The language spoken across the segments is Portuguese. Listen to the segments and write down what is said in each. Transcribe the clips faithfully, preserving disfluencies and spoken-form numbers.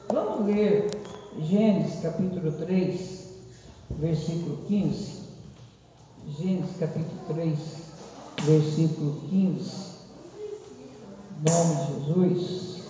Vamos ler Gênesis capítulo três, versículo quinze. Gênesis capítulo três, versículo quinze. Em nome de Jesus.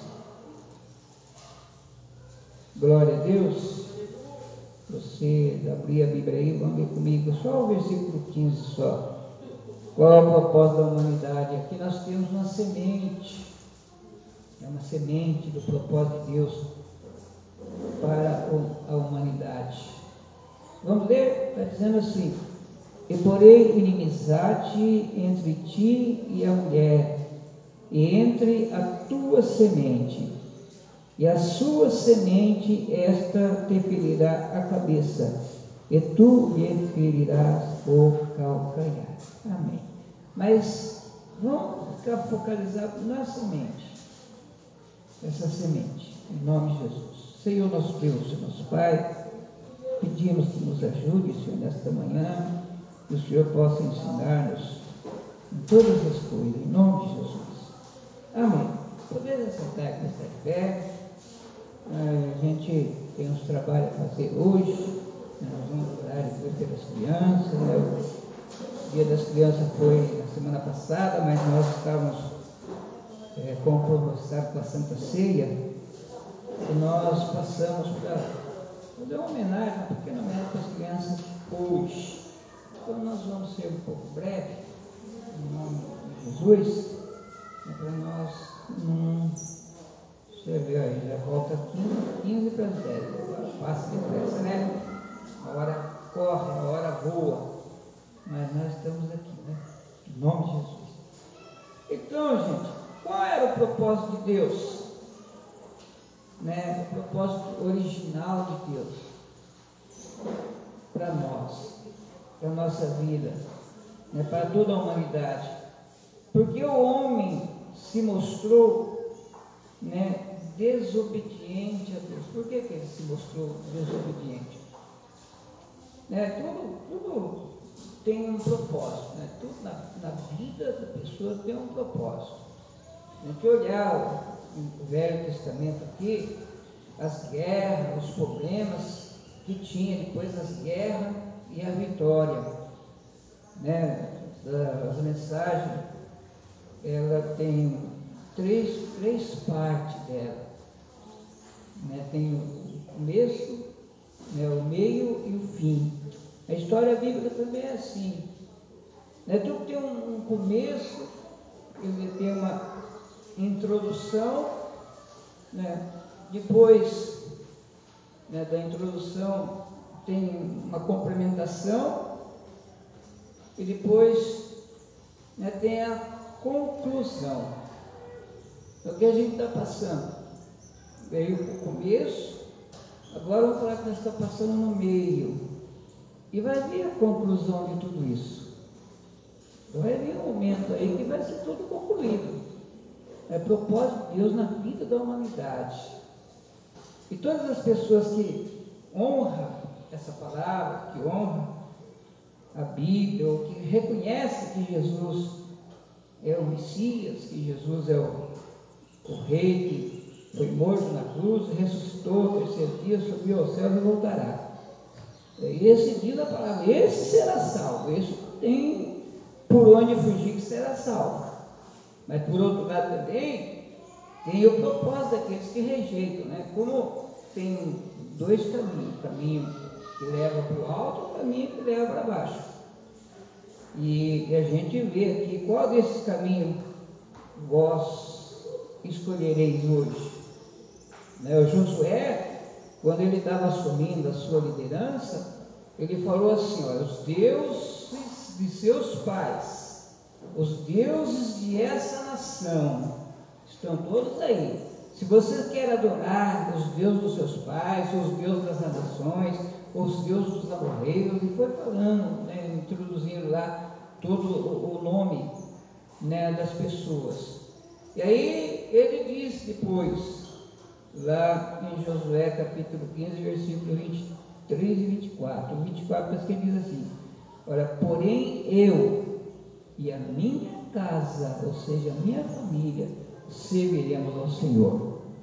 Glória a Deus. Você abrir a Bíblia aí, vamos ver comigo, só o versículo quinze só. Qual é o propósito da humanidade? Aqui nós temos uma semente, é uma semente do propósito de Deus para a humanidade. Vamos ler? Está dizendo assim: e porém inimizade entre ti e a mulher, e entre a tua semente e a sua semente, esta te ferirá a cabeça, e tu lhe ferirás o calcanhar. Amém. Mas vamos ficar focalizados na semente, essa semente, em nome de Jesus. Senhor nosso Deus e nosso Pai, pedimos que nos ajude, Senhor, nesta manhã, que o Senhor possa ensinar-nos em todas as coisas, em nome de Jesus. Amém. Podemos sentar aqui, estar de pé. A gente tem uns trabalhos a fazer hoje, nós vamos orar depois pelas crianças, né? O dia das crianças foi na semana passada, mas nós estávamos é, comprometidos com a Santa Ceia, e nós passamos para fazer uma homenagem, uma pequena homenagem para as crianças hoje. Então nós vamos ser um pouco breve, em nome de Jesus, é para nós não... Você vê aí, já volta quinze para as dez, agora passa depressa, né? A hora corre, a hora voa, mas nós estamos aqui, né? Em nome de Jesus. Então, gente, qual era o propósito de Deus? Né? O propósito original de Deus para nós, para a nossa vida, né? Para toda a humanidade. Porque o homem se mostrou, né, desobediente a Deus. Por que, que ele se mostrou desobediente? Né, tudo, tudo tem um propósito, né? Tudo na, na vida da pessoa tem um propósito. A gente olhar o, o Velho Testamento aqui, as guerras, os problemas que tinha depois das guerras e a vitória, né? As mensagens, ela tem três, três partes dela, né? Tem o começo, né? O meio e o fim. A história bíblica também é assim, né? Tudo tem um, um começo, ele tem uma introdução, né? Depois, né, da introdução tem uma complementação, e depois, né, tem a conclusão. É o que a gente está passando. Veio o começo, agora vamos falar que nós estamos passando no meio. E vai vir a conclusão de tudo isso. Vai vir um momento aí que vai ser tudo concluído. É propósito de Deus na vida da humanidade. E todas as pessoas que honram essa palavra, que honram a Bíblia, ou que reconhecem que Jesus é o Messias, que Jesus é o, o Rei que foi morto na cruz, ressuscitou ao terceiro dia, subiu aos céus e voltará. Esse diz a palavra, esse será salvo, esse não tem por onde fugir que será salvo. Mas por outro lado também, tem o propósito daqueles que rejeitam, né? Como tem dois caminhos, o caminho que leva para o alto e o caminho que leva para baixo. E, e a gente vê aqui, qual desses caminhos vós escolhereis hoje? Né? O Josué, quando ele estava assumindo a sua liderança, ele falou assim, olha, os deuses de seus pais, os deuses de essa nação, estão todos aí. Se você quer adorar os deuses dos seus pais, os deuses das nações, os deuses dos amorreus, e foi falando, né, introduzindo lá todo o, o nome, né, das pessoas. E aí ele diz depois, lá em Josué capítulo quinze, versículo vinte e três e vinte e quatro. O vinte e quatro parece que ele diz assim, olha, porém eu e a minha casa, ou seja, a minha família, serviremos ao Senhor.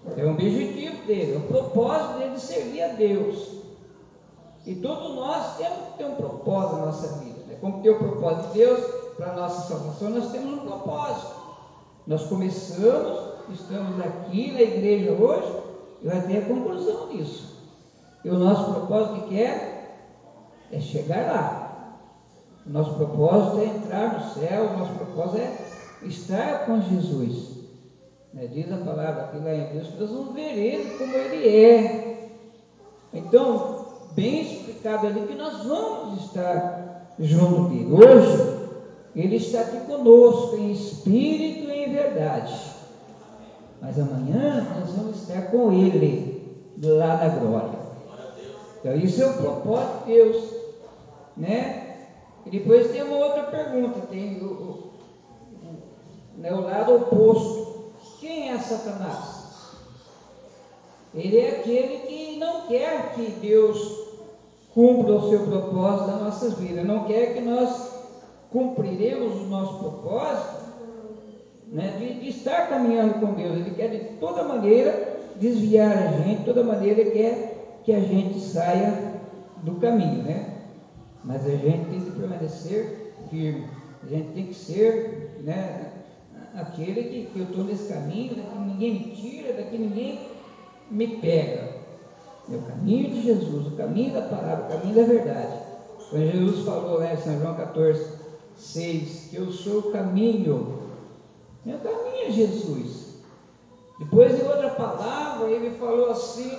É o objetivo dele, é o propósito dele de servir a Deus. E todos nós temos que ter um propósito na nossa vida, né? Como ter o propósito de Deus para a nossa salvação, nós temos um propósito. Nós começamos, estamos aqui na igreja hoje e vai ter a conclusão disso. E o nosso propósito que é, é chegar lá. O nosso propósito é entrar no céu, o nosso propósito é estar com Jesus. Né? Diz a palavra aqui lá em Deus que nós vamos ver Ele como Ele é. Então, bem explicado ali que nós vamos estar junto dele. Hoje, Ele está aqui conosco em espírito e em verdade. Mas amanhã nós vamos estar com Ele lá na glória. Então, isso é o propósito de Deus, né? E depois tem uma outra pergunta, tem o, o, o, né, o lado oposto. Quem é Satanás? Ele é aquele que não quer que Deus cumpra o seu propósito nas nossas vidas, não quer que nós cumpriremos o nosso propósito, né, de, de estar caminhando com Deus. Ele quer de toda maneira desviar a gente, de toda maneira ele quer que a gente saia do caminho, né? Mas a gente tem que permanecer firme, a gente tem que ser, né, aquele que, que eu estou nesse caminho, daqui ninguém me tira, daqui ninguém me pega. É o caminho de Jesus, o caminho da palavra, o caminho da verdade. Quando Jesus falou lá em São João quatorze, seis, que eu sou o caminho, meu caminho é Jesus. Depois, em outra palavra, ele falou assim,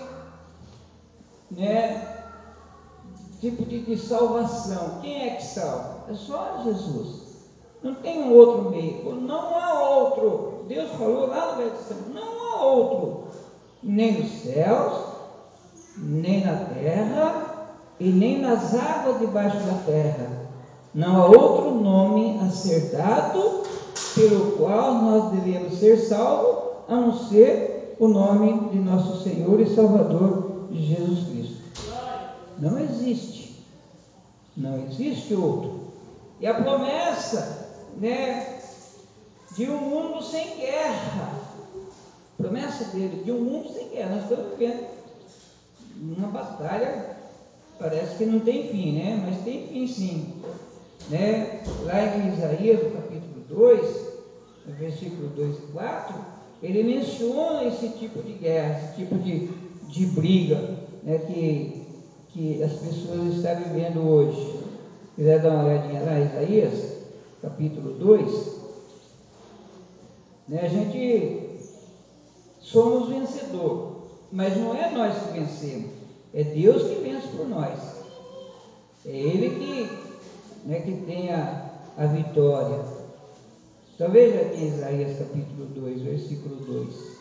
né, tipo de, de salvação. Quem é que salva? É só Jesus. Não tem um outro meio, não há outro. Deus falou lá no Velho Testamento, não há outro, nem nos céus, nem na terra, e nem nas águas debaixo da terra. Não há outro nome a ser dado, pelo qual nós devemos ser salvos, a não ser o nome de nosso Senhor e Salvador Jesus Cristo. Não existe, não existe outro. E a promessa, né, de um mundo sem guerra, promessa dele, de um mundo sem guerra. Nós estamos vivendo uma batalha, parece que não tem fim, né? Mas tem fim sim, né? Lá em Isaías, no capítulo dois, no versículo dois e quatro, ele menciona esse tipo de guerra, esse tipo de, de briga, né? que, que as pessoas estão vivendo hoje. Se quiser dar uma olhadinha lá, Isaías, capítulo dois, né? A gente somos vencedor, mas não é nós que vencemos, é Deus que vence por nós. É Ele que, né, que tem a, a vitória. Então veja aqui em Isaías capítulo dois, versículo dois.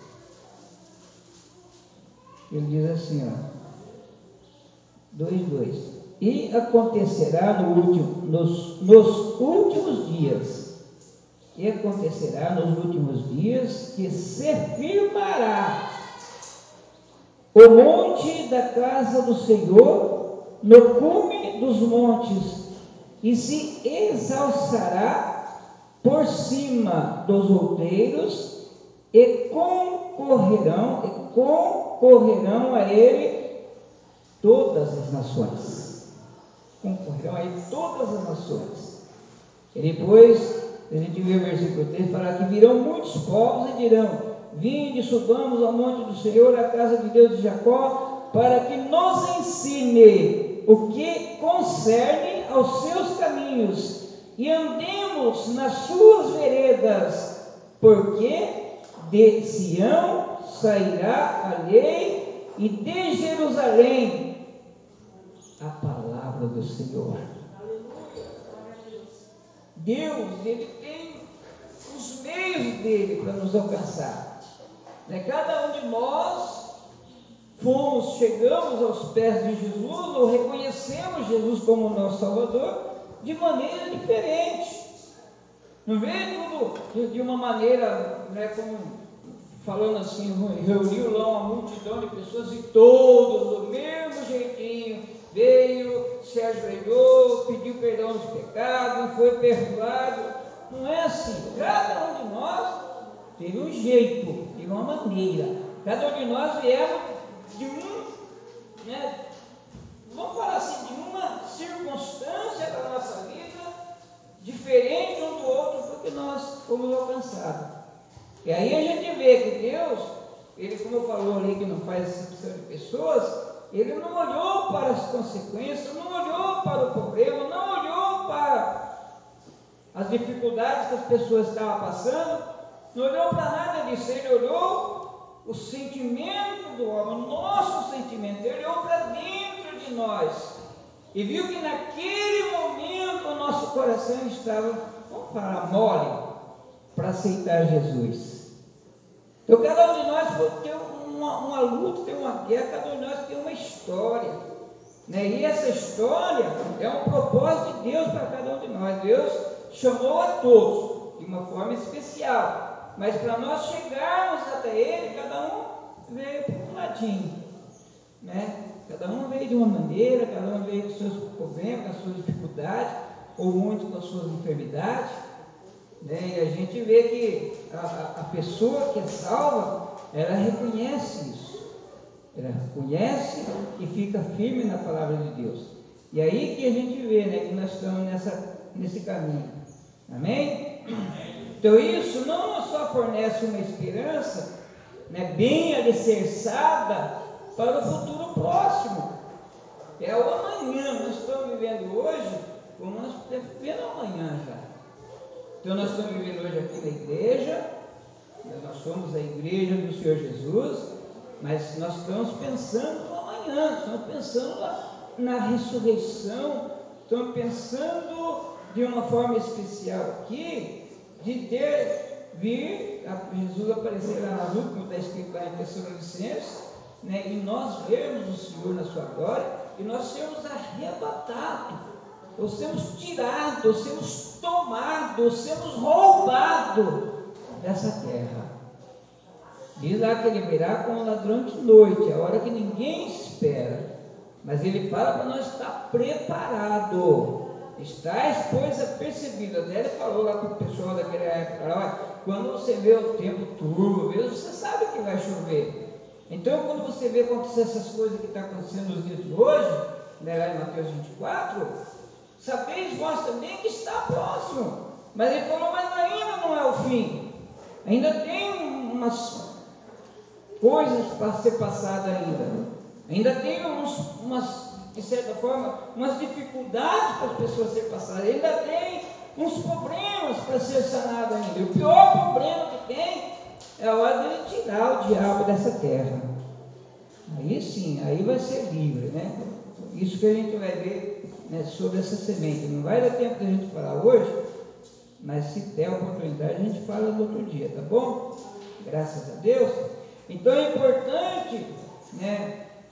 Ele diz assim, ó, dois, dois. E acontecerá no último, nos, nos últimos dias, e acontecerá nos últimos dias que se firmará o monte da casa do Senhor no cume dos montes, e se exalçará por cima dos outeiros, e concorrerão, e concorrerão a ele todas as nações. Concorrerão a ele todas as nações. E depois, a gente vê o versículo três, fala que virão muitos povos e dirão: vinde, subamos ao monte do Senhor, à casa de Deus de Jacó, para que nos ensine o que concerne aos seus caminhos, e andemos nas suas veredas, porque de Sião sairá a lei, e de Jerusalém a palavra do Senhor. Deus, Ele tem os meios dele para nos alcançar. Né? Cada um de nós fomos, chegamos aos pés de Jesus, ou reconhecemos Jesus como nosso Salvador, de maneira diferente. Não vê tudo de, de uma maneira, né, como falando assim, reuniu lá uma multidão de pessoas e todos do mesmo jeitinho, veio, se ajoelhou, pediu perdão dos pecados e foi perdoado. Não é assim. Cada um de nós teve um jeito, teve uma maneira. Cada um de nós viemos de um, né, vamos falar assim, de uma circunstância da nossa vida, diferente um do outro, porque nós fomos alcançados. E aí a gente vê que Deus, Ele, como falou ali, que não faz exceção de pessoas, Ele não olhou para as consequências, não olhou para o problema, não olhou para as dificuldades que as pessoas estavam passando, não olhou para nada disso, Ele olhou o sentimento do homem, o nosso sentimento, Ele olhou para dentro de nós e viu que naquele momento o nosso coração estava, vamos falar, mole para aceitar Jesus. Então cada um de nós tem uma, uma luta, tem uma guerra, cada um de nós tem uma história, né? E essa história é um propósito de Deus para cada um de nós. Deus chamou a todos de uma forma especial, mas para nós chegarmos até Ele, cada um veio por um ladinho, né? Cada um veio de uma maneira, cada um veio com seus problemas, com as suas dificuldades, ou muitos com as suas enfermidades, né? E a gente vê que a, a, a pessoa que é salva, ela reconhece isso, ela reconhece e fica firme na palavra de Deus. E aí que a gente vê, né, que nós estamos nessa, nesse caminho. Amém? Então isso não só fornece uma esperança, né, bem alicerçada para o futuro próximo. É o amanhã. Nós estamos vivendo hoje como nós estamos vivendo amanhã já. Então nós estamos vivendo hoje aqui na igreja, nós somos a igreja do Senhor Jesus, mas nós estamos pensando no amanhã, estamos pensando na, na ressurreição, estamos pensando de uma forma especial aqui, de ter, vir, a, Jesus aparecer lá nas últimas, como está escrito lá em Tessalonicenses, né, e nós vermos o Senhor na sua glória, e nós sermos arrebatados, ou sermos tirados, ou sermos tomados, ou sermos roubados dessa terra. Diz lá que ele virá como ladrão de noite, a hora que ninguém espera. Mas ele fala para nós estar preparado. Estais, pois, apercebido. Até ele falou lá para o pessoal daquela época, olha, quando você vê o tempo turvo, você sabe que vai chover. Então, quando você vê acontecer essas coisas que estão acontecendo nos dias de hoje, né, lá em Mateus vinte e quatro, sabeis vós também que está próximo. Mas ele falou, mas ainda não é o fim. Ainda tem umas coisas para ser passada ainda. Ainda tem uns, umas, de certa forma, umas dificuldades para as pessoas serem passadas. Ainda tem uns problemas para ser sanado ainda. E o pior problema que tem é a hora dele tirar o diabo dessa terra. Aí sim, aí vai ser livre, né? Isso que a gente vai ver, né, sobre essa semente. Não vai dar tempo da gente falar hoje, mas se der oportunidade a gente fala no outro dia, tá bom? Graças a Deus. Então é importante, né?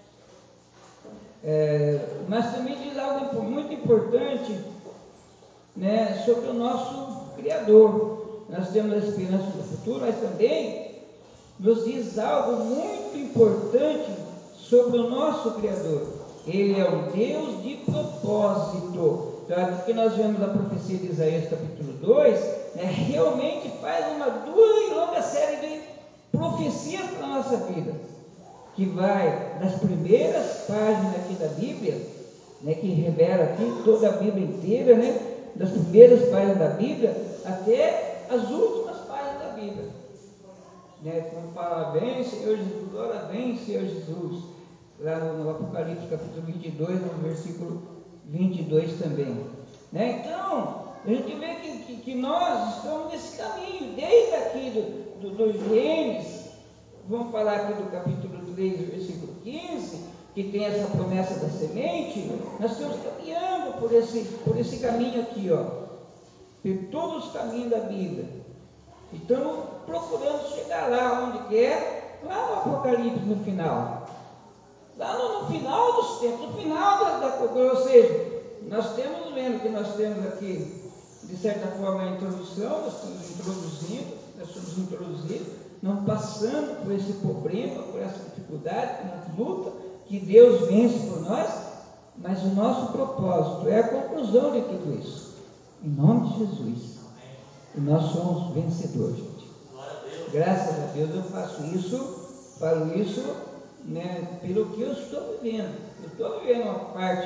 É, mas também diz algo muito importante, né, sobre o nosso Criador. Nós temos a esperança do futuro, mas também nos diz algo muito importante sobre o nosso Criador. Ele é um Deus de propósito. Então aqui que nós vemos a profecia de Isaías capítulo dois, né, realmente faz uma dura e longa série de profecias para a nossa vida, que vai das primeiras páginas aqui da Bíblia, né, que revela aqui toda a Bíblia inteira, né, das primeiras páginas da Bíblia até as últimas páginas da Bíblia, né, como fala, vem Senhor Jesus, ora vem Senhor Jesus, lá no, no Apocalipse capítulo vinte e dois, no versículo vinte e dois também, né. Então a gente vê que, que, que nós estamos nesse caminho, desde aqui do, do, do Gênesis. Vamos falar aqui do capítulo três, versículo quinze, que tem essa promessa da semente. Nós estamos caminhando por esse, por esse caminho aqui, ó, por todos os caminhos da Bíblia. E estamos procurando chegar lá, onde quer, lá no Apocalipse, no final. Lá no, no final dos tempos, no final da, da... Ou seja, nós temos vendo que nós temos aqui, de certa forma, a introdução, nós estamos introduzindo, nós somos introduzidos, não passando por esse problema, por essa dificuldade, pelas lutas que Deus vence por nós, mas o nosso propósito é a conclusão de tudo isso, em nome de Jesus. E nós somos vencedores, gente. Graças a Deus eu faço isso Falo isso, né, pelo que eu estou vivendo. Eu estou vivendo uma parte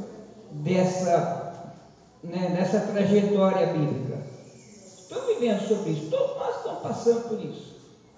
dessa, né, dessa trajetória bíblica. Estou vivendo sobre isso. Todos nós estamos passando por isso.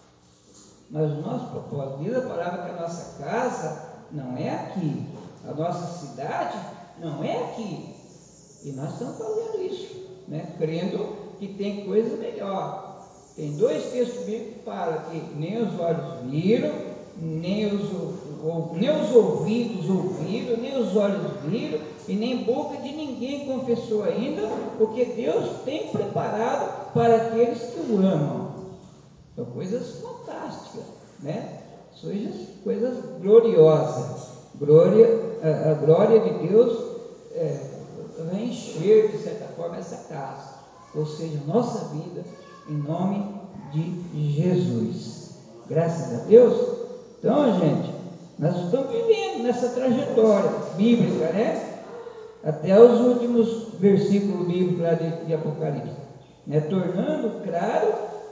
Mas o nosso propósito, diz a palavra que a nossa casa não é aqui, a nossa cidade não é aqui. E nós estamos fazendo isso, né? Crendo que tem coisa melhor. Tem dois textos bíblicos que falam que nem os olhos viram, nem os, ou, nem os ouvidos ouviram, nem os olhos viram, e nem boca de ninguém confessou ainda o que Deus tem preparado para aqueles que o amam. São coisas fantásticas, né? Coisas, coisas gloriosas. Glória, a, a glória de Deus é, vai encher, de certa forma, essa casa. Ou seja, nossa vida, em nome de Jesus. Graças a Deus. Então, gente, nós estamos vivendo nessa trajetória bíblica, né? Até os últimos versículos bíblicos lá de, de Apocalipse, né? Tornando claro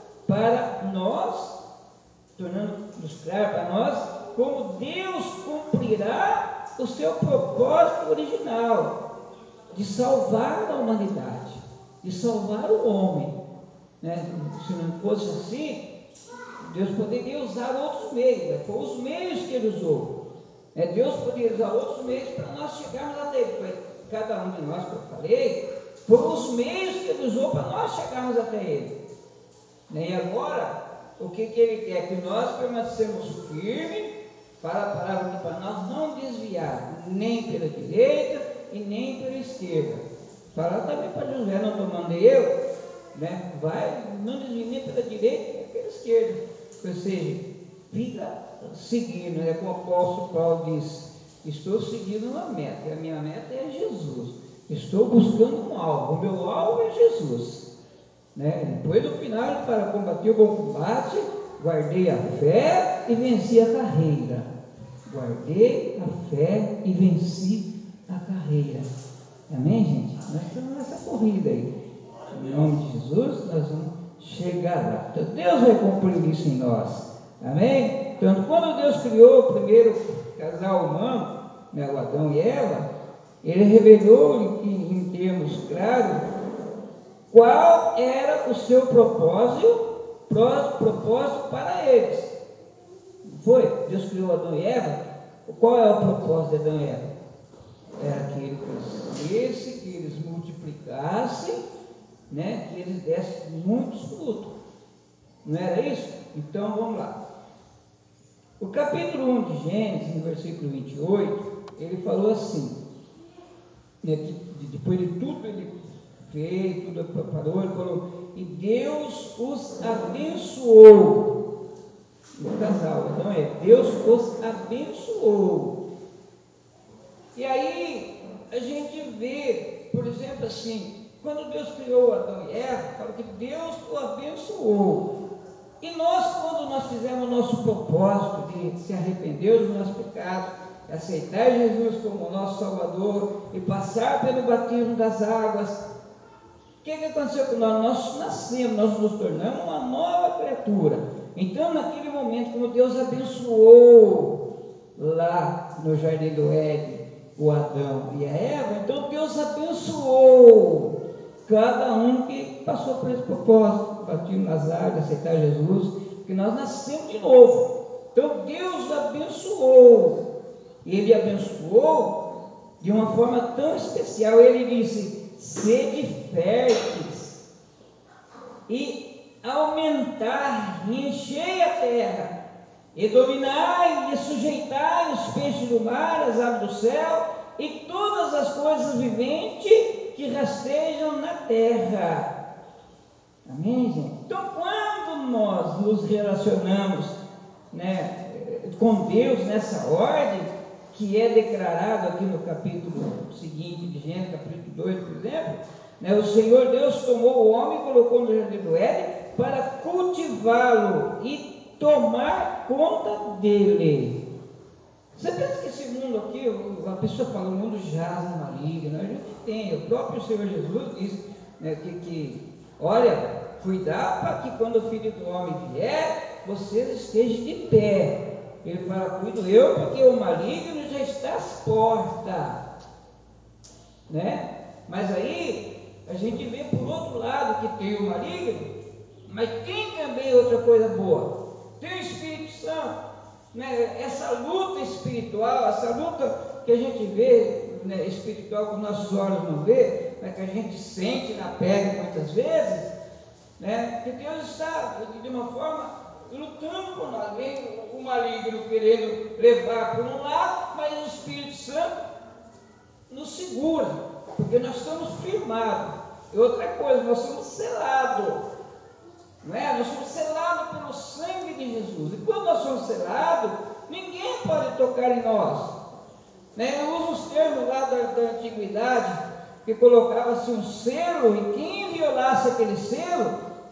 para nós, tornando-nos claro para nós, como Deus cumprirá o seu propósito original, de salvar a humanidade, de salvar o homem, né? Se não fosse assim, Deus poderia usar outros meios, né? Foi os meios que Ele usou. É, Deus poderia usar outros meios para nós chegarmos até Ele. Mas cada um de nós, que eu falei, foram os meios que Ele usou para nós chegarmos até Ele. Né? E agora, o que, que Ele quer? Que nós permanecemos firmes, fala a palavra aqui para nós não desviar, nem pela direita e nem pela esquerda. Fala também para Josué, não te mandei eu, né? Vai, não desvie nem pela direita nem pela esquerda. Ou seja, fica seguindo, é como o apóstolo Paulo disse, estou seguindo uma meta, e a minha meta é Jesus. Estou buscando um alvo, o meu alvo é Jesus. Né? Depois no final ele fala, combati o bom combate, guardei a fé e venci a carreira. Guardei a fé e venci a carreira. Amém, gente? Nós estamos nessa corrida aí. Em nome de Jesus, nós vamos chegar lá. Então, Deus vai cumprir isso em nós. Amém? Então, quando Deus criou o primeiro casal humano, né, o Adão e Eva, Ele revelou em, em termos claros qual era o seu propósito, propósito para eles. Não foi? Deus criou Adão e Eva. Qual é o propósito de Adão e Eva? Era que ele crescesse, que eles multiplicassem, né? Que eles dessem muitos frutos. Não era isso? Então vamos lá. O capítulo um de Gênesis, no versículo vinte e oito, ele falou assim, né, que depois de tudo ele fez, tudo preparou, ele falou, e Deus os abençoou. O casal, então é, Deus os abençoou. E aí a gente vê, por exemplo, assim, quando Deus criou Adão e Eva, fala que Deus o abençoou. E nós, quando nós fizemos o nosso propósito de se arrepender dos nossos pecados, aceitar Jesus como nosso Salvador e passar pelo batismo das águas, o que, que aconteceu com nós? Nós nascemos, nós nos tornamos uma nova criatura. Então, naquele momento, como Deus abençoou lá no Jardim do Éden, o Adão e a Eva, então Deus abençoou cada um que passou por esse propósito, batismo nas águas, aceitar Jesus, que nós nascemos de novo. Então Deus abençoou, e Ele abençoou de uma forma tão especial. Ele disse, sede férteis e aumentar, e enchei a terra, e dominai e sujeitai os peixes do mar, as aves do céu, e todas as coisas viventes que rastejam na terra. Amém, gente? Então, quando nós nos relacionamos, né, com Deus nessa ordem, que é declarado aqui no capítulo seguinte de Gênesis, capítulo dois, por exemplo, né, o Senhor Deus tomou o homem e colocou no jardim do Éden para cultivá-lo e tomar conta dele. Você pensa que esse mundo aqui, a pessoa fala, o mundo jaz no maligno, a gente tem, o próprio Senhor Jesus disse, né, que, que, olha, cuidar para que quando o Filho do Homem vier, vocês estejam de pé. Ele fala, cuido eu, porque o maligno já está às portas, né? Mas aí a gente vê por outro lado que tem o maligno, mas tem também outra coisa boa, tem o Espírito Santo, né? Essa luta espiritual, essa luta que a gente vê, né, espiritual, que nossos olhos não vê, mas que a gente sente na pele muitas vezes, né? Que Deus está de uma forma lutando por nós. Vem o maligno querendo levar por um lado, mas o Espírito Santo nos segura, porque nós estamos firmados. E outra coisa, nós somos selados, não é? Nós somos selados pelo sangue de Jesus. E quando nós somos selados, ninguém pode tocar em nós, né? Eu uso os termos lá da, da antiguidade, que colocava-se um selo, e quem violasse aquele selo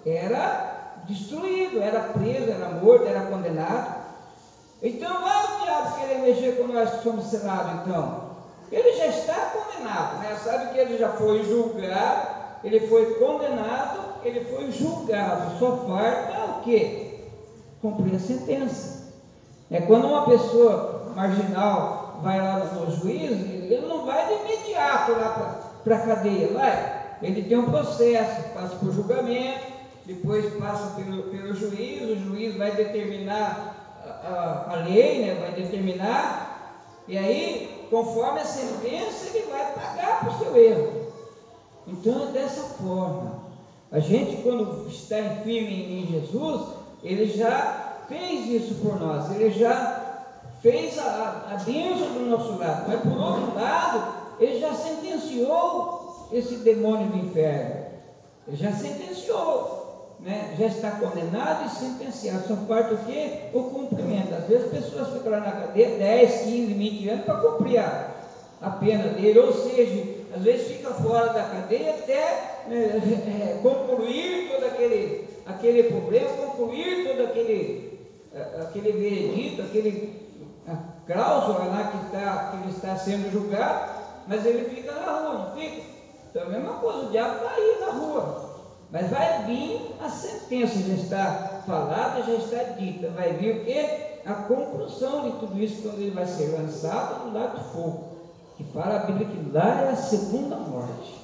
era destruído, era preso, era morto, era condenado. Então vai o diabo querer mexer com nós que somos selados, então. Ele já está condenado, né? Sabe que ele já foi julgado, ele foi condenado, ele foi julgado. Só falta o quê? Cumprir a sentença. É quando uma pessoa marginal vai lá no, no juiz, ele não vai de imediato lá para a cadeia, vai. Ele tem um processo, passa por julgamento, depois passa pelo, pelo juiz, o juiz vai determinar a, a, a lei, né, vai determinar, e aí, conforme a sentença, ele vai pagar por seu erro. Então é dessa forma. A gente, quando está em firme em Jesus, ele já fez isso por nós, ele já fez a, a bênção do nosso lado, mas por outro lado, ele já sentenciou esse demônio do inferno, ele já sentenciou, né? Já está condenado e sentenciado, só falta o quê? O cumprimento. Às vezes pessoas ficam lá na cadeia dez, quinze, vinte anos para cumprir a, a pena dele, ou seja, às vezes fica fora da cadeia até, né, é, concluir todo aquele, aquele problema, concluir todo aquele, aquele veredito, aquele a cláusula lá que, está, que ele está sendo julgado, mas ele fica na rua, não fica? Então a mesma coisa, o diabo está aí na rua, mas vai vir a sentença, já está falada, já está dita, vai vir o quê? A conclusão de tudo isso, quando ele vai ser lançado no lago de fogo, que fala a Bíblia que lá é a segunda morte.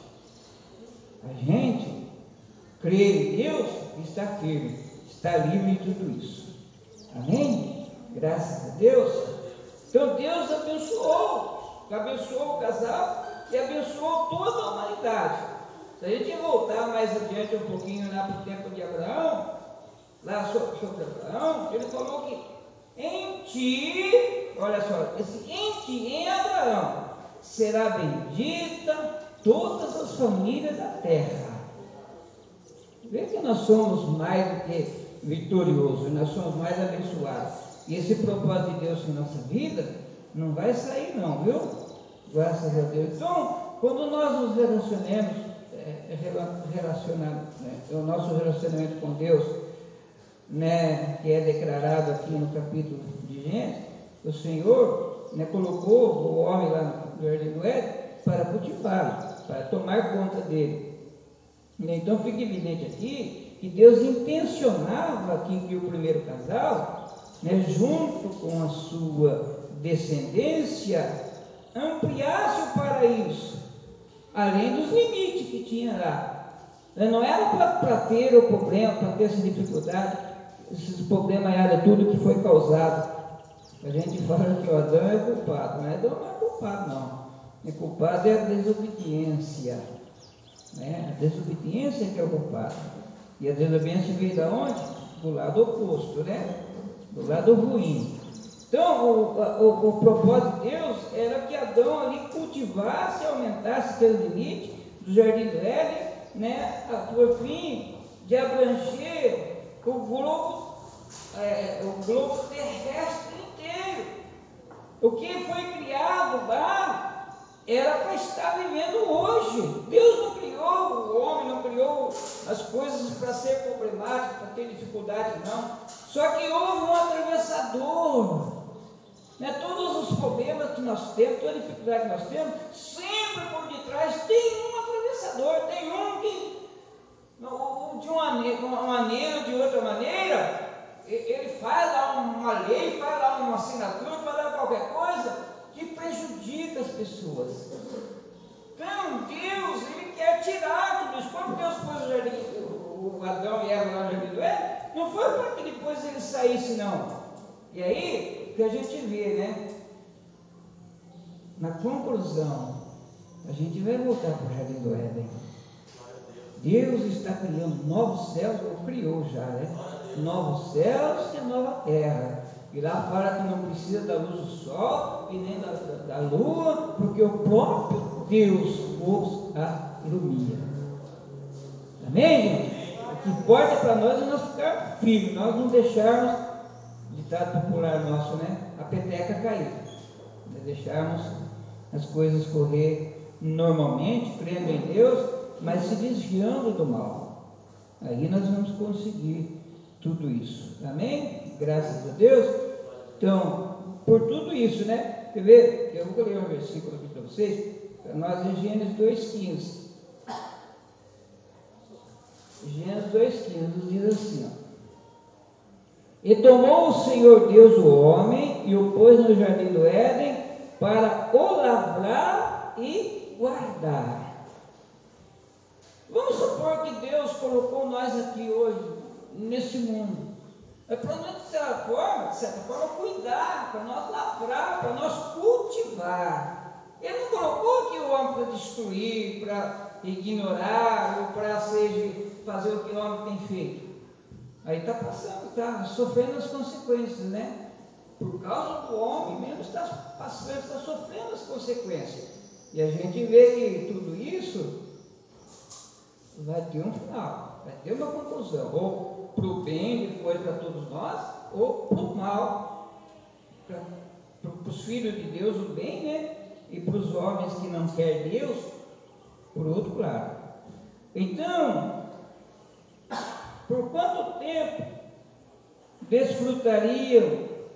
A gente crer em Deus e está firme, está livre de tudo isso. Amém? Graças a Deus. Então Deus abençoou, abençoou o casal e abençoou toda a humanidade. Se a gente voltar mais adiante um pouquinho lá para o tempo de Abraão, lá sobre Abraão, ele falou que em ti, olha só, esse em ti, em Abraão, será bendita todas as famílias da terra. Vê que nós somos mais do que vitoriosos, nós somos mais abençoados. E esse propósito de Deus em nossa vida não vai sair não, viu? Graças a Deus. Então, quando nós nos relacionamos, é, relacionar, né, o nosso relacionamento com Deus, né, que é declarado aqui no capítulo de Gênesis, o Senhor, né, colocou o homem lá no jardim do Éden para cultivá-lo, para tomar conta dele. Então fica evidente aqui que Deus intencionava que, que o primeiro casal, né, junto com a sua descendência, ampliasse o paraíso, além dos limites que tinha lá. Não era para ter o problema, para ter essa dificuldade, esses problemas aí, tudo que foi causado. A gente fala que o Adão é o culpado, mas Adão não é culpado não. O culpado é a desobediência. Né? A desobediência que é o culpado. E a desobediência veio da onde? Do lado oposto, né? Do lado ruim. Então, o, o, o propósito de Deus era que Adão ali cultivasse e aumentasse aquele limite do jardim do Éden, né? A, por fim de abranger o globo, é, o globo terrestre inteiro. O que foi criado lá era para estar vivendo hoje. Deus não criou o homem, não criou as coisas para ser problemático, para ter dificuldade, não. Só que houve um atravessador. Né? Todos os problemas que nós temos, toda dificuldade que nós temos, sempre por detrás tem um atravessador, tem um que, de uma maneira ou de outra maneira, ele faz lá uma lei, faz lá uma assinatura, faz lá qualquer coisa que prejudica as pessoas. Então Deus, ele quer tirar tudo isso. Quando Deus pôs o jardim, o, o Adão e Eva lá no jardim do Éden, não foi para que depois eles saíssem, não. E aí, o que a gente vê, né? Na conclusão, a gente vai voltar para o jardim do Éden. Deus está criando novos céus, ou criou já, né? Novos céus e a nova terra. E lá fala que não precisa da luz do sol e nem da, da, da lua, porque o próprio Deus os alumia. Amém, gente? O que importa para nós é nós ficarmos firmes, nós não deixarmos, ditado popular nosso, né? A peteca cair. Nós deixarmos as coisas correr normalmente, crendo em Deus, mas se desviando do mal. Aí nós vamos conseguir tudo isso. Amém? Graças a Deus. Então, por tudo isso, né? Quer ver? Eu vou ler um versículo aqui para vocês, para nós em Gênesis dois, quinze. Gênesis dois, quinze nos diz assim, ó. E tomou o Senhor Deus o homem e o pôs no jardim do Éden para o lavrar e guardar. Vamos supor que Deus colocou nós aqui hoje, nesse mundo. É para nós, de certa forma, de certa forma, cuidar, para nós lavrar, para nós cultivar. Ele não colocou aqui o homem para destruir, para ignorar, ou para seja, fazer o que o homem tem feito. Aí está passando, está sofrendo as consequências, né? Por causa do homem mesmo está passando, está sofrendo as consequências. E a gente vê que tudo isso vai ter um final, vai ter uma conclusão, ou para o bem depois para todos nós, ou para o mal, para os filhos de Deus o bem, né? E para os homens que não querem Deus, por outro lado. Então, por quanto tempo desfrutariam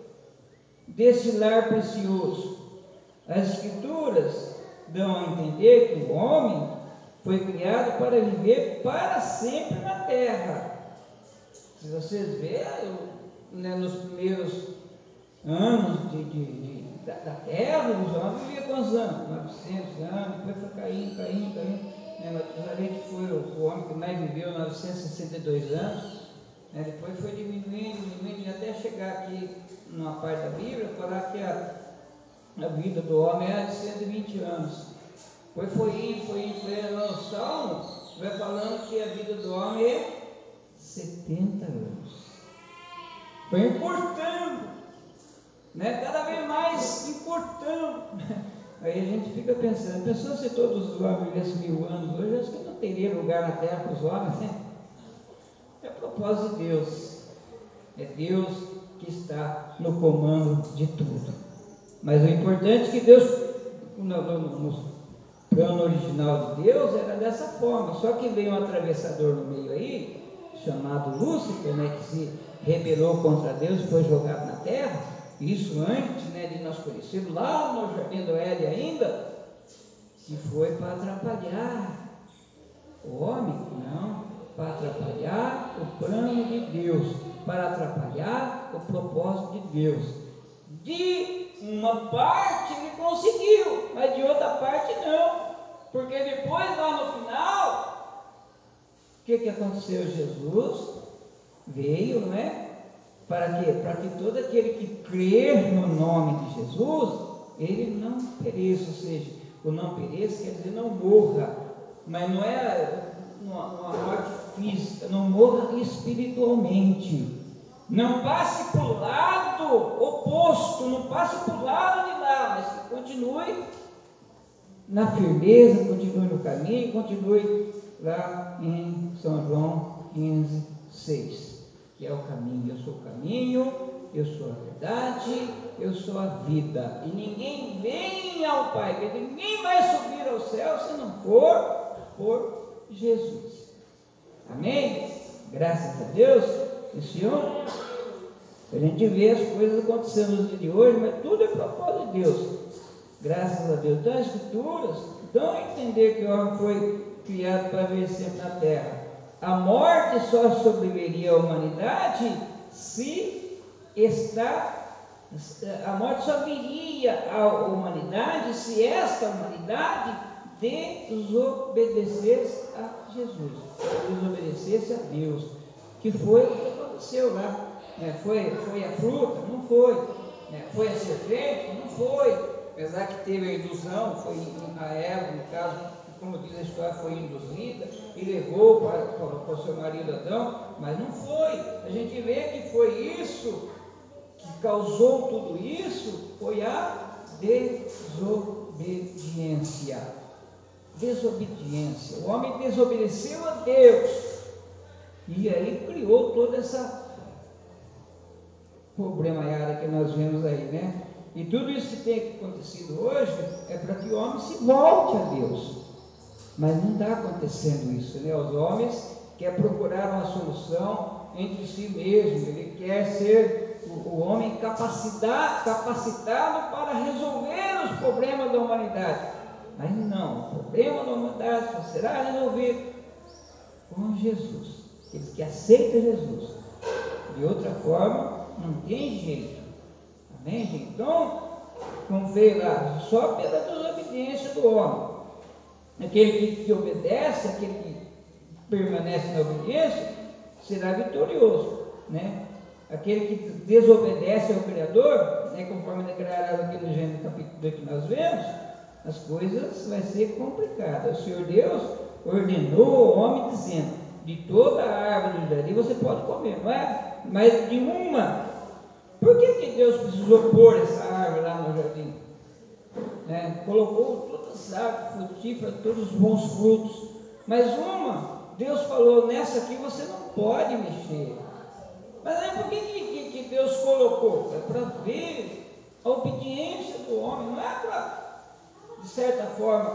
desse lar precioso? As Escrituras dão a entender que o homem foi criado para viver para sempre na terra. Se vocês verem, né, nos primeiros anos de, de, de, da, da terra, os homens viviam quantos anos? novecentos anos, depois foi caindo, caindo, caindo. Né, Matusalém, que foi o, o homem que mais viveu, novecentos e sessenta e dois anos. Né, depois foi diminuindo, diminuindo, e até chegar aqui, numa parte da Bíblia, falar que a, a vida do homem é de cento e vinte anos. Depois foi indo, foi indo, foi indo. No Salmo, vai falando que a vida do homem é setenta anos. Foi encurtando, né? Cada vez mais encurtando. Aí a gente fica pensando, pensou se todos os homens vivessem mil anos hoje, acho que não teria lugar na terra para os homens, né? É propósito de Deus. É Deus que está no comando de tudo. Mas o importante é que Deus, no, no, no plano original de Deus, era dessa forma. Só que veio um atravessador no meio aí, chamado Lúcifer, né, que se rebelou contra Deus e foi jogado na terra. Isso antes, né, de nós conhecermos, lá no Jardim do Éden ainda, que foi para atrapalhar o homem? Não, para atrapalhar o plano de Deus, para atrapalhar o propósito de Deus. De uma parte ele conseguiu, mas de outra parte não, porque depois lá no final, o que, que aconteceu? Jesus veio, não é? Para quê? Para que todo aquele que crer no nome de Jesus, ele não pereça, ou seja, o não pereça quer dizer não morra, mas não é numa, numa morte física, não morra espiritualmente. Não passe para o lado oposto, não passe para o lado de lá, mas que continue na firmeza, continue no caminho, continue lá em São João quinze, seis, que é o caminho. Eu sou o caminho, eu sou a verdade, eu sou a vida. E ninguém vem ao Pai, quer dizer, ninguém vai subir ao céu se não for por Jesus. Amém? Graças a Deus, o Senhor. A gente vê as coisas acontecendo nos dias de hoje, mas tudo é propósito de Deus. Graças a Deus. Então as Escrituras dão a entender que o homem foi criado para viver sempre na terra. A morte só sobreviveria à humanidade se está, a morte só viria à humanidade se esta humanidade desobedecesse a Jesus, desobedecesse a Deus, que foi o que aconteceu lá. Né? Foi, foi a fruta? Não foi. Né? Foi a serpente? Não foi. Apesar que teve a indução, foi a Eva, no caso, como diz a história, foi induzida e levou para, para, para o seu marido Adão, mas não foi. A gente vê que foi isso que causou tudo isso, foi a desobediência. Desobediência. O homem desobedeceu a Deus. E aí criou toda essa problemaiada que nós vemos aí, né? E tudo isso que tem acontecido hoje é para que o homem se volte a Deus. Mas não está acontecendo isso, né? Os homens querem procurar uma solução entre si mesmo. Ele quer ser o, o homem capacitado para resolver os problemas da humanidade. Mas não, o problema da humanidade só será resolvido com Jesus. Aqueles que aceitam Jesus. De outra forma, não tem jeito. Amém, gente? Então, como veio lá, só pela desobediência do homem. Aquele que, que obedece, aquele que permanece na obediência, será vitorioso, né? Aquele que desobedece ao Criador, né, conforme declarado aqui no Gênesis capítulo dois que nós vemos, as coisas vai ser complicadas. O Senhor Deus ordenou ao homem dizendo, de toda a árvore do jardim você pode comer, não é? Mas de uma, por que que Deus precisou pôr essa árvore lá no jardim? Né? Colocou todas as árvores frutíferas, todos os bons frutos, mas uma, Deus falou, nessa aqui você não pode mexer. Mas aí por que, que, que Deus colocou? É para ver a obediência do homem, não é para, de certa forma,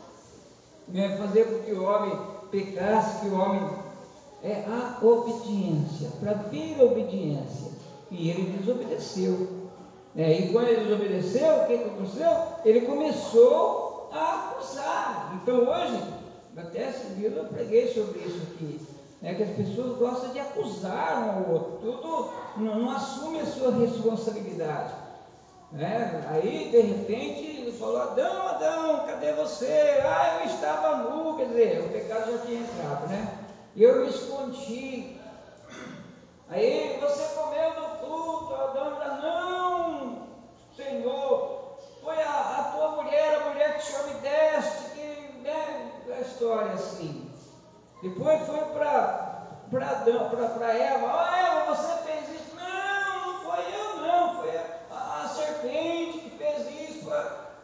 né, fazer com que o homem pecasse, que o homem... É a obediência, para ver a obediência. E ele desobedeceu. É, e quando ele desobedeceu, o que aconteceu? Ele começou a acusar. Então hoje, até esses dias eu preguei sobre isso aqui, né, que as pessoas gostam de acusar um ao outro, tudo não, não assume a sua responsabilidade. Né? Aí de repente ele falou, Adão, Adão, cadê você? Ah, eu estava nu, quer dizer, o pecado já tinha entrado, né? Eu me escondi. Aí você comeu do fruto, Adão já não, Senhor, foi a, a tua mulher, a mulher que o Senhor me deste, que, né, a história assim. Depois foi para para Eva, ó oh, Eva, você fez isso? Não, não foi eu não, foi a, a, a serpente que fez isso. Foi...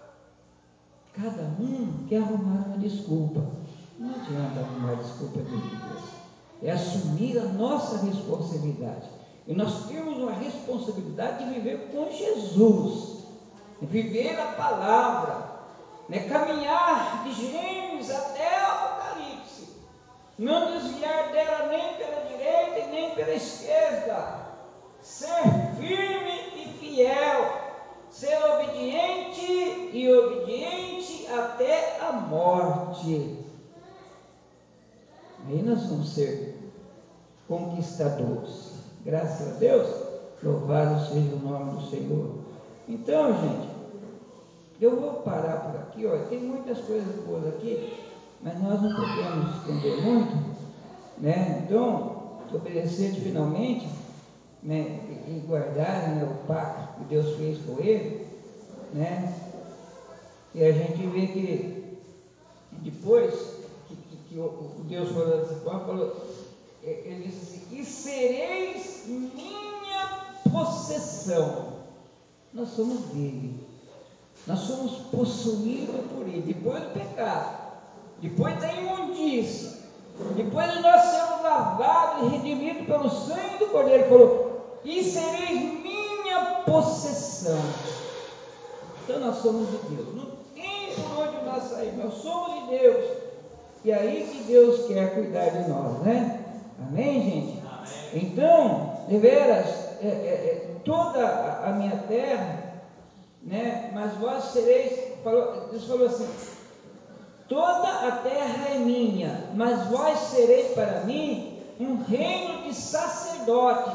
Cada um quer arrumar uma desculpa. Não adianta arrumar desculpa diante de Deus. É assumir a nossa responsabilidade. E nós temos uma responsabilidade de viver com Jesus, viver a palavra, né? Caminhar de Gênesis até o Apocalipse, não desviar dela nem pela direita e nem pela esquerda, ser firme e fiel, ser obediente e obediente até a morte. Aí nós vamos ser conquistadores. Graças a Deus, louvado seja o nome do Senhor. Então, gente, eu vou parar por aqui, ó. Tem muitas coisas boas aqui, mas nós não podemos estender muito, né? Então, obedecer finalmente, né? E, e guardarem, né, o pacto que Deus fez com ele, né? E a gente vê que depois que, que, que o, o Deus falou dessa forma, falou, ele disse assim, e sereis minha possessão. Nós somos dele, nós somos possuídos por ele, depois do pecado, depois da imundícia, depois de nós sermos lavados e redimidos pelo sangue do Cordeiro. Ele falou, e sereis minha possessão. Então nós somos de Deus, não tem por onde nós sair, nós somos de Deus, e aí que Deus quer cuidar de nós, né? Amém, gente? Amém. Então, deveras, é, é, é, toda a, a minha terra, né? Mas vós sereis, falou, Deus falou assim, toda a terra é minha, mas vós sereis para mim um reino de sacerdotes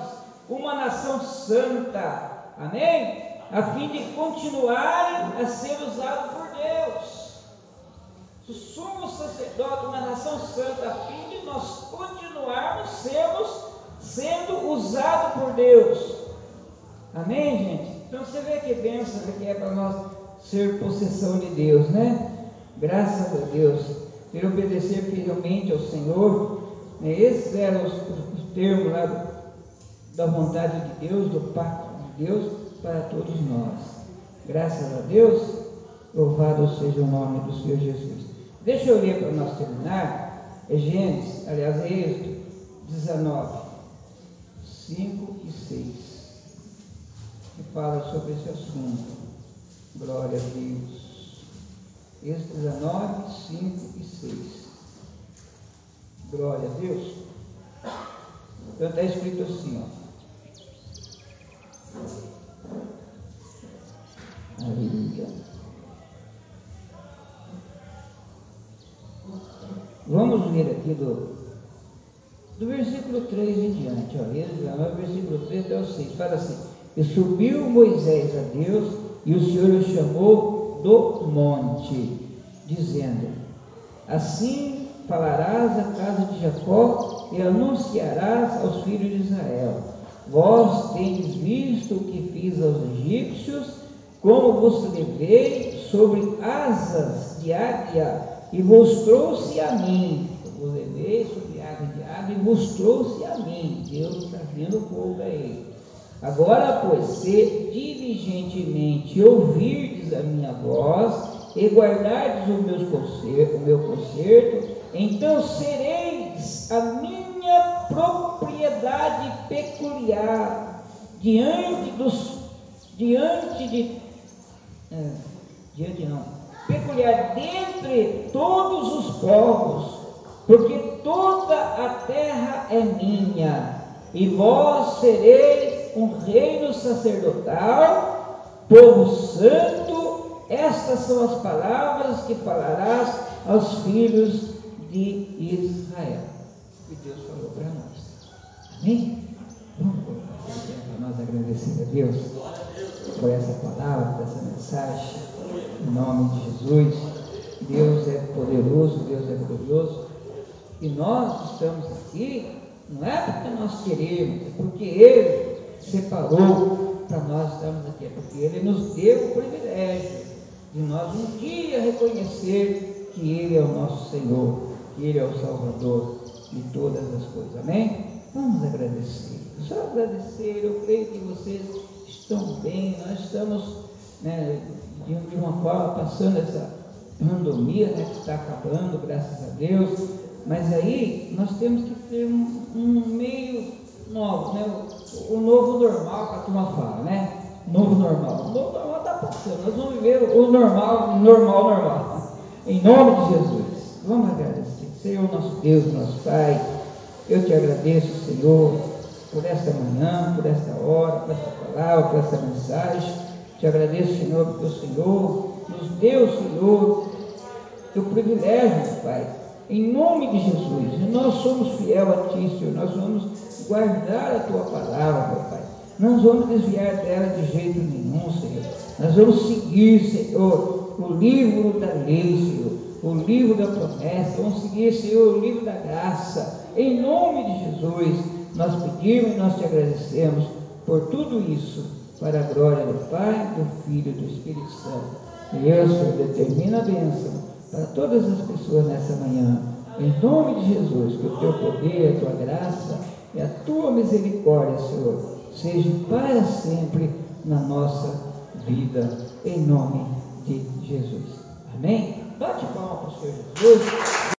uma nação santa, amém? A fim de continuarem a ser usados por Deus. Somos sacerdotes, uma nação santa, a fim de nós continuarmos sermos, sendo usados por Deus. Amém, gente? Então você vê que bênção que é para nós ser possessão de Deus, né? Graças a Deus. Ter obedecer fielmente ao Senhor, né? Esses eram os, os, os termos lá da vontade de Deus, do pacto de Deus para todos nós. Graças a Deus, louvado seja o nome do Senhor Jesus. Deixa eu ler para nós terminar. É Gênesis, aliás, é Êxodo dezenove, cinco e seis, que fala sobre esse assunto. Glória a Deus. Êxodo dezenove, cinco e seis. Glória a Deus. Então está escrito assim, ó. Aleluia. Vamos ler aqui do, do versículo três em diante, ó. Êxodo, versículo três até o seis, fala assim: e subiu Moisés a Deus, e o Senhor o chamou do monte, dizendo: assim falarás à casa de Jacó e anunciarás aos filhos de Israel: vós tendes visto o que fiz aos egípcios, como vos levei sobre asas de águia, e vos trouxe a mim. Eu vos levei sobre asas de águia e vos trouxe a mim. Deus trazendo o povo a ele. Agora, pois, se diligentemente ouvirdes a minha voz e guardardes o meu conserto, o meu conserto, então sereis a minha propriedade peculiar diante dos diante de é, diante não peculiar dentre todos os povos, porque toda a terra é minha, e vós sereis um reino sacerdotal, povo santo. Estas são as palavras que falarás aos filhos de Israel. Que Deus falou para nós. Amém? Vamos para nós agradecer a Deus por essa palavra, por essa mensagem. Em nome de Jesus. Deus é poderoso, Deus é glorioso. E nós estamos aqui, não é porque nós queremos, é porque Ele separou para nós estarmos aqui, é porque Ele nos deu o privilégio de nós um dia reconhecer que Ele é o nosso Senhor, que Ele é o Salvador de todas as coisas. Amém? Vamos agradecer. Só agradecer. Eu creio que vocês estão bem. Nós estamos, né, de, de uma forma passando essa pandemia, né, que está acabando, graças a Deus. Mas aí nós temos que ter um, um meio novo, né? O, o novo normal que a turma fala, né? Novo normal. O novo normal está passando. Nós vamos viver o normal, normal, normal. Em nome de Jesus. Vamos agradecer. Senhor, nosso Deus, nosso Pai, eu te agradeço, Senhor, por esta manhã, por esta hora, por esta palavra, por esta mensagem. Te agradeço, Senhor, porque o Senhor nos deu, Senhor, o privilégio, Pai, em nome de Jesus. E nós somos fiel a Ti, Senhor. Nós vamos guardar a Tua palavra, meu Pai. Não vamos desviar dela de jeito nenhum, Senhor. Nós vamos seguir, Senhor, o livro da lei, Senhor, o livro da promessa. Vamos seguir, Senhor, o livro da graça. Em nome de Jesus, nós pedimos e nós te agradecemos por tudo isso, para a glória do Pai, do Filho e do Espírito Santo. E eu, Senhor, determina a bênção para todas as pessoas nessa manhã. Em nome de Jesus, que o teu poder, a tua graça e a tua misericórdia, Senhor, seja para sempre na nossa vida, em nome de Jesus. Amém? Bate palma para o Senhor Jesus.